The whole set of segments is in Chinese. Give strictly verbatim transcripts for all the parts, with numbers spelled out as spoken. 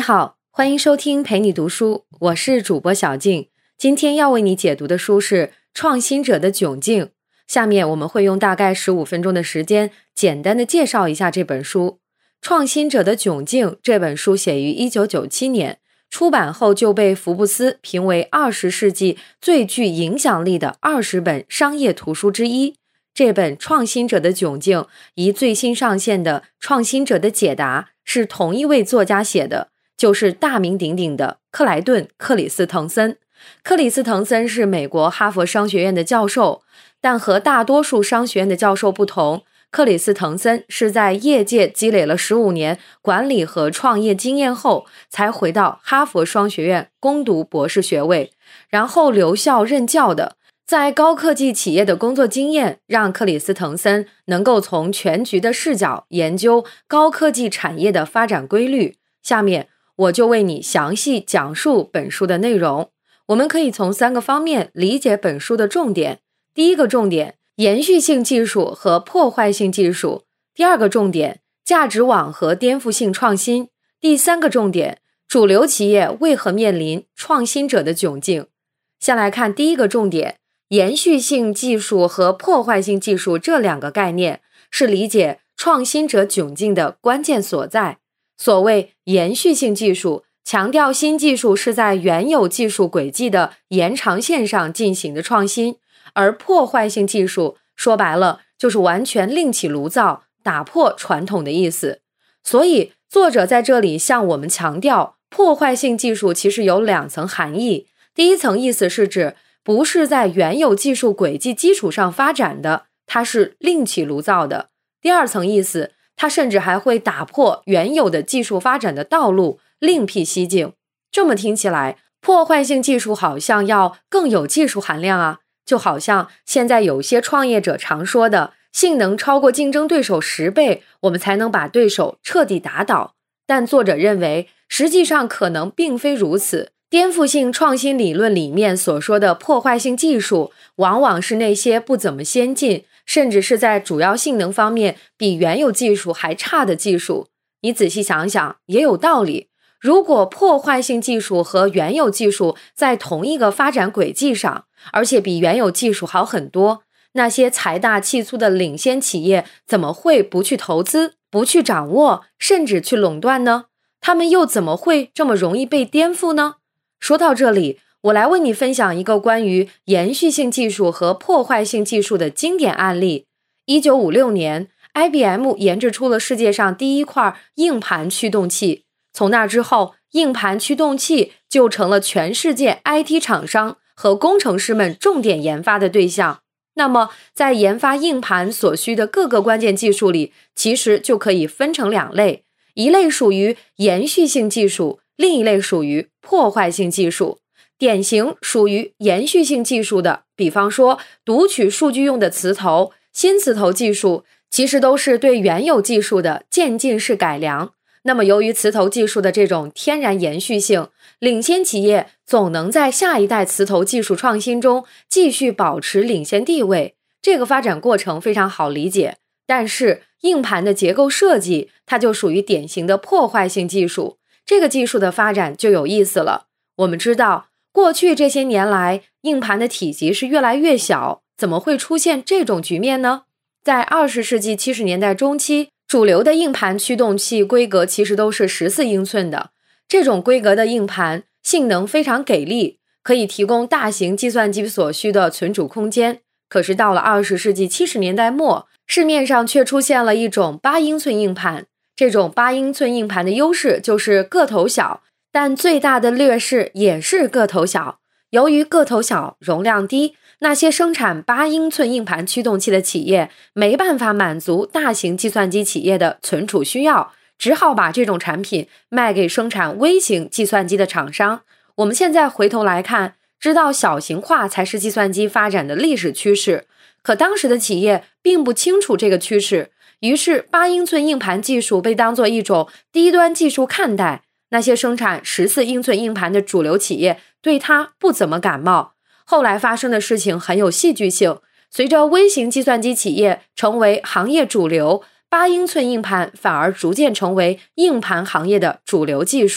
好，欢迎收听陪你读书，我是主播小静。今天要为你解读的书是《创新者的窘境》。下面我们会用大概十五分钟的时间，简单的介绍一下这本书。《创新者的窘境》这本书写于一九九七年，出版后就被福布斯评为二十世纪最具影响力的二十本商业图书之一。这本《创新者的窘境》以最新上线的《创新者的解答》是同一位作家写的，就是大名鼎鼎的克莱顿·克里斯滕森。克里斯滕森是美国哈佛商学院的教授，但和大多数商学院的教授不同，克里斯滕森是在业界积累了十五年管理和创业经验后，才回到哈佛商学院攻读博士学位，然后留校任教的。在高科技企业的工作经验，让克里斯滕森能够从全局的视角研究高科技产业的发展规律。下面我就为你详细讲述本书的内容。我们可以从三个方面理解本书的重点。第一个重点，延续性技术和破坏性技术；第二个重点，价值网和颠覆性创新；第三个重点，主流企业为何面临创新者的窘境。先来看第一个重点，延续性技术和破坏性技术这两个概念是理解创新者窘境的关键所在。所谓延续性技术，强调新技术是在原有技术轨迹的延长线上进行的创新，而破坏性技术说白了就是完全另起炉灶，打破传统的意思。所以作者在这里向我们强调，破坏性技术其实有两层含义。第一层意思是指不是在原有技术轨迹基础上发展的，它是另起炉灶的。第二层意思，它甚至还会打破原有的技术发展的道路，另辟蹊径。这么听起来，破坏性技术好像要更有技术含量啊，就好像现在有些创业者常说的，性能超过竞争对手十倍，我们才能把对手彻底打倒。但作者认为，实际上可能并非如此。颠覆性创新理论里面所说的破坏性技术，往往是那些不怎么先进，甚至是在主要性能方面比原有技术还差的技术。你仔细想想，也有道理。如果破坏性技术和原有技术在同一个发展轨迹上，而且比原有技术好很多，那些财大气粗的领先企业怎么会不去投资、不去掌握，甚至去垄断呢？他们又怎么会这么容易被颠覆呢？说到这里，我来为你分享一个关于延续性技术和破坏性技术的经典案例。一九五六年 I B M 研制出了世界上第一块硬盘驱动器，从那之后，硬盘驱动器就成了全世界 I T 厂商和工程师们重点研发的对象。那么在研发硬盘所需的各个关键技术里，其实就可以分成两类，一类属于延续性技术，另一类属于破坏性技术。典型属于延续性技术的，比方说读取数据用的磁头、新磁头技术，其实都是对原有技术的渐进式改良。那么由于磁头技术的这种天然延续性，领先企业总能在下一代磁头技术创新中继续保持领先地位。这个发展过程非常好理解，但是硬盘的结构设计，它就属于典型的破坏性技术。这个技术的发展就有意思了。我们知道，过去这些年来，硬盘的体积是越来越小，怎么会出现这种局面呢？在二十世纪七十年代中期，主流的硬盘驱动器规格其实都是十四英寸的。这种规格的硬盘性能非常给力，可以提供大型计算机所需的存储空间。可是到了二十世纪七十年代末，市面上却出现了一种八英寸硬盘。这种八英寸硬盘的优势就是个头小，但最大的劣势也是个头小。由于个头小、容量低，那些生产八英寸硬盘驱动器的企业没办法满足大型计算机企业的存储需要，只好把这种产品卖给生产微型计算机的厂商。我们现在回头来看，知道小型化才是计算机发展的历史趋势，可当时的企业并不清楚这个趋势，于是八英寸硬盘技术被当作一种低端技术看待。那些生产十四英寸硬盘的主流企业对它不怎么感冒。后来发生的事情很有戏剧性，随着微型计算机企业成为行业主流，八英寸硬盘反而逐渐成为硬盘行业的主流技术。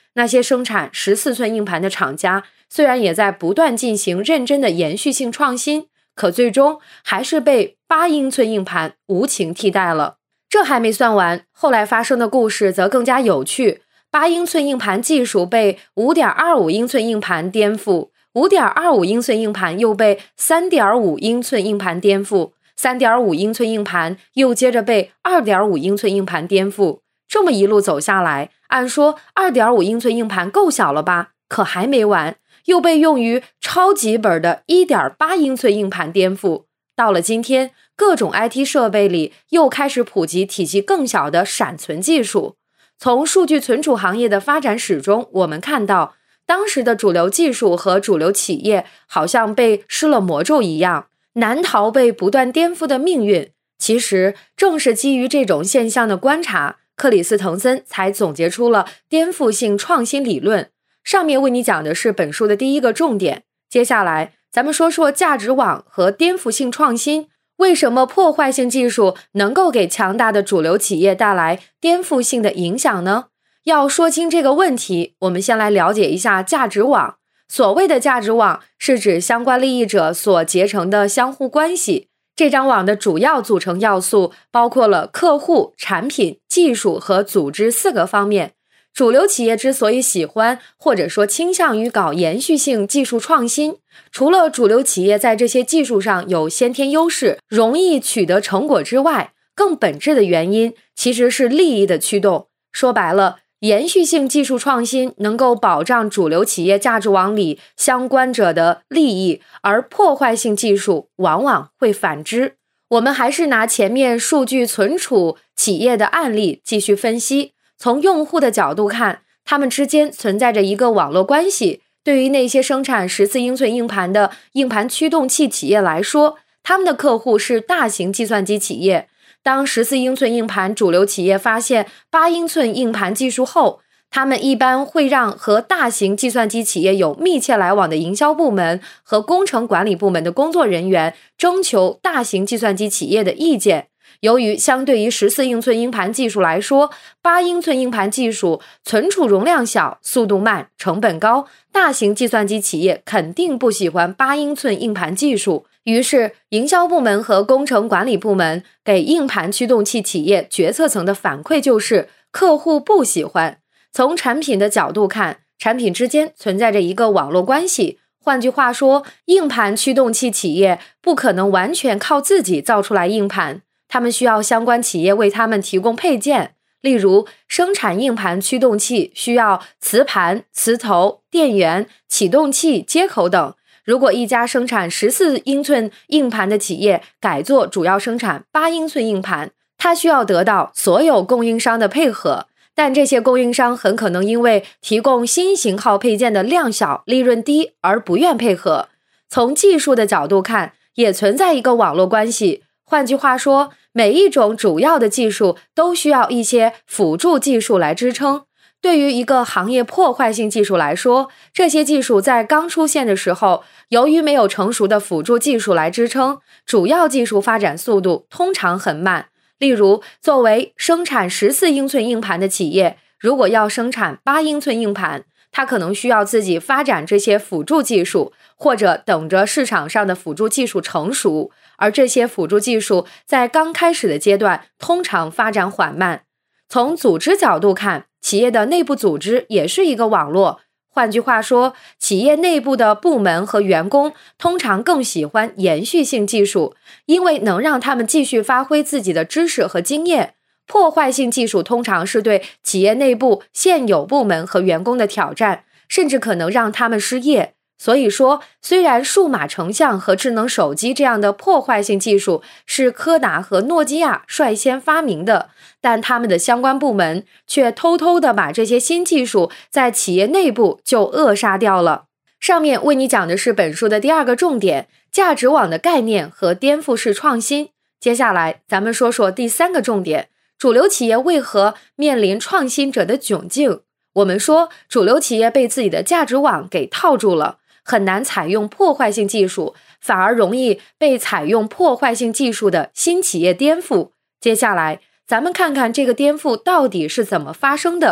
那些生产十四寸硬盘的厂家虽然也在不断进行认真的延续性创新，可最终还是被八英寸硬盘无情替代了。这还没算完，后来发生的故事则更加有趣。八英寸硬盘技术被 五点二五英寸硬盘颠覆， 五点二五英寸硬盘又被 三点五英寸硬盘颠覆， 三点五英寸硬盘又接着被 二点五英寸硬盘颠覆。这么一路走下来，按说 二点五英寸硬盘够小了吧？可还没完，又被用于超级本的 一点八英寸硬盘颠覆。到了今天，各种 I T 设备里又开始普及体积更小的闪存技术。从数据存储行业的发展史中，我们看到当时的主流技术和主流企业好像被施了魔咒一样，难逃被不断颠覆的命运。其实正是基于这种现象的观察，克里斯滕森才总结出了颠覆性创新理论。上面为你讲的是本书的第一个重点，接下来咱们说说价值网和颠覆性创新。为什么破坏性技术能够给强大的主流企业带来颠覆性的影响呢？要说清这个问题，我们先来了解一下价值网。所谓的价值网是指相关利益者所结成的相互关系。这张网的主要组成要素包括了客户、产品、技术和组织四个方面。主流企业之所以喜欢或者说倾向于搞延续性技术创新，除了主流企业在这些技术上有先天优势，容易取得成果之外，更本质的原因其实是利益的驱动。说白了，延续性技术创新能够保障主流企业价值网里相关者的利益，而破坏性技术往往会反之。我们还是拿前面数据存储企业的案例继续分析。从用户的角度看，他们之间存在着一个网络关系。对于那些生产十四英寸硬盘的硬盘驱动器企业来说，他们的客户是大型计算机企业。当十四英寸硬盘主流企业发现八英寸硬盘技术后，他们一般会让和大型计算机企业有密切来往的营销部门和工程管理部门的工作人员征求大型计算机企业的意见。由于相对于十四英寸硬盘技术来说，八英寸硬盘技术存储容量小、速度慢、成本高，大型计算机企业肯定不喜欢八英寸硬盘技术。于是，营销部门和工程管理部门给硬盘驱动器企业决策层的反馈就是客户不喜欢。从产品的角度看，产品之间存在着一个网络关系。换句话说，硬盘驱动器企业不可能完全靠自己造出来硬盘，他们需要相关企业为他们提供配件。例如，生产硬盘驱动器需要磁盘、磁头、电源、启动器、接口等。如果一家生产十四英寸硬盘的企业改做主要生产八英寸硬盘，它需要得到所有供应商的配合，但这些供应商很可能因为提供新型号配件的量小、利润低而不愿配合。从技术的角度看，也存在一个网络关系。换句话说，每一种主要的技术都需要一些辅助技术来支撑。对于一个行业破坏性技术来说，这些技术在刚出现的时候，由于没有成熟的辅助技术来支撑，主要技术发展速度通常很慢。例如，作为生产十四英寸硬盘的企业，如果要生产八英寸硬盘，它可能需要自己发展这些辅助技术，或者等着市场上的辅助技术成熟，而这些辅助技术在刚开始的阶段通常发展缓慢。从组织角度看，企业的内部组织也是一个网络。换句话说，企业内部的部门和员工通常更喜欢延续性技术，因为能让他们继续发挥自己的知识和经验。破坏性技术通常是对企业内部现有部门和员工的挑战，甚至可能让他们失业。所以说，虽然数码成像和智能手机这样的破坏性技术是柯达和诺基亚率先发明的，但他们的相关部门却偷偷地把这些新技术在企业内部就扼杀掉了。上面为你讲的是本书的第二个重点，价值网的概念和颠覆式创新。接下来咱们说说第三个重点，主流企业为何面临创新者的窘境。我们说，主流企业被自己的价值网给套住了，很难采用破坏性技术，反而容易被采用破坏性技术的新企业颠覆。接下来咱们看看这个颠覆到底是怎么发生的。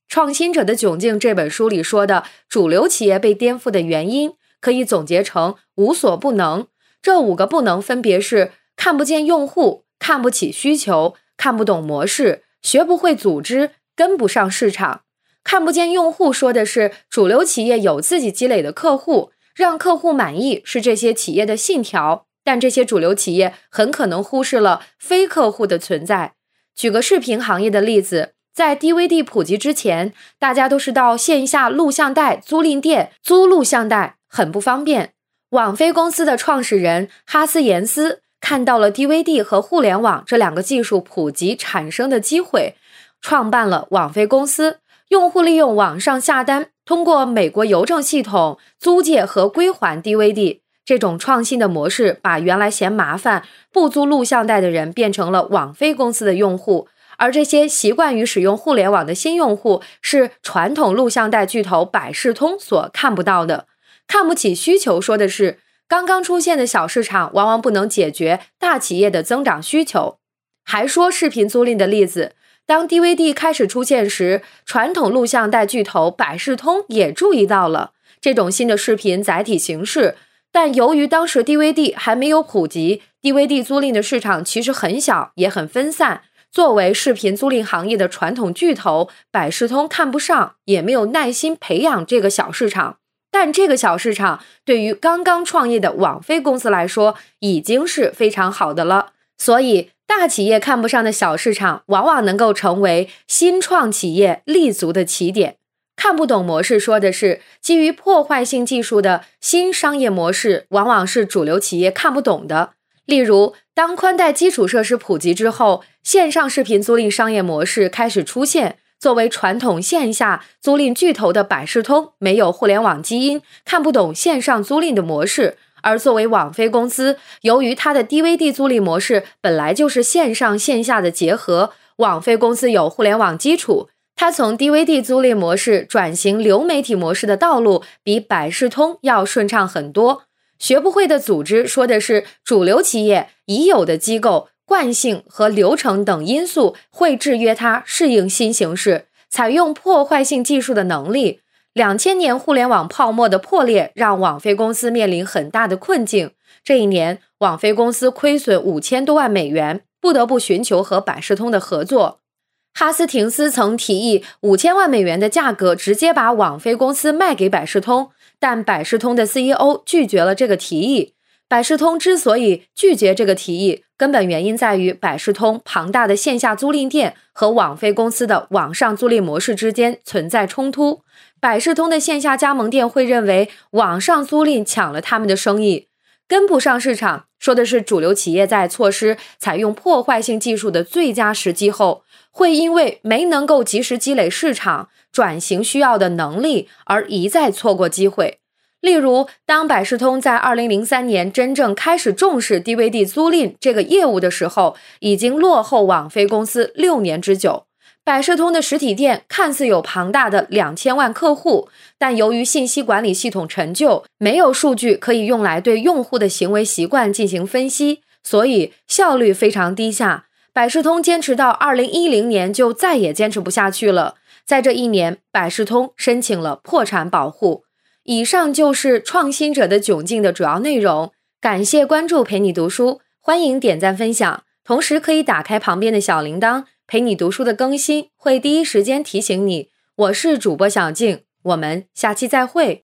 创新者的窘境》这本书里说的主流企业被颠覆的原因，可以总结成无所不能。这五个不能分别是看不见用户、看不起需求、看不懂模式、学不会组织、跟不上市场。看不见用户说的是主流企业有自己积累的客户，让客户满意是这些企业的信条，但这些主流企业很可能忽视了非客户的存在。举个视频行业的例子，在 D V D 普及之前，大家都是到线下录像带租赁店租录像带，很不方便。网飞公司的创始人哈斯延斯看到了 D V D 和互联网这两个技术普及产生的机会，创办了网飞公司。用户利用网上下单，通过美国邮政系统租借和归还 D V D。 这种创新的模式把原来嫌麻烦不租录像带的人变成了网飞公司的用户，而这些习惯于使用互联网的新用户是传统录像带巨头百视通所看不到的。看不起需求说的是刚刚出现的小市场往往不能解决大企业的增长需求。还说视频租赁的例子，当 D V D 开始出现时，传统录像带巨头百视通也注意到了这种新的视频载体形式，但由于当时 D V D 还没有普及， D V D 租赁的市场其实很小也很分散，作为视频租赁行业的传统巨头，百视通看不上，也没有耐心培养这个小市场。但这个小市场对于刚刚创业的网飞公司来说已经是非常好的了。所以大企业看不上的小市场往往能够成为新创企业立足的起点。看不懂模式说的是基于破坏性技术的新商业模式往往是主流企业看不懂的。例如当宽带基础设施普及之后，线上视频租赁商业模式开始出现，作为传统线下租赁巨头的百视通没有互联网基因，看不懂线上租赁的模式，而作为网飞公司，由于它的 D V D 租赁模式本来就是线上线下的结合，网飞公司有互联网基础，它从 D V D 租赁模式转型流媒体模式的道路比百视通要顺畅很多。学不会的组织说的是主流企业已有的机构惯性和流程等因素会制约它适应新形势，采用破坏性技术的能力。两千年互联网泡沫的破裂让网飞公司面临很大的困境，这一年网飞公司亏损五千多万美元，不得不寻求和百视通的合作。哈斯廷斯曾提议五千万美元的价格直接把网飞公司卖给百视通，但百视通的 C E O 拒绝了这个提议。百视通之所以拒绝这个提议，根本原因在于百视通庞大的线下租赁店和网飞公司的网上租赁模式之间存在冲突。百视通的线下加盟店会认为网上租赁抢了他们的生意。跟不上市场说的是主流企业在错失采用破坏性技术的最佳时机后，会因为没能够及时积累市场转型需要的能力而一再错过机会。例如当百视通在二零零三年真正开始重视 D V D 租赁这个业务的时候，已经落后网飞公司六年之久。百视通的实体店看似有庞大的两千万客户，但由于信息管理系统陈旧，没有数据可以用来对用户的行为习惯进行分析，所以效率非常低下。百视通坚持到二零一零年就再也坚持不下去了，在这一年，百视通申请了破产保护。以上就是创新者的窘境的主要内容，感谢关注陪你读书，欢迎点赞分享，同时可以打开旁边的小铃铛，陪你读书的更新会第一时间提醒你。我是主播小静，我们下期再会。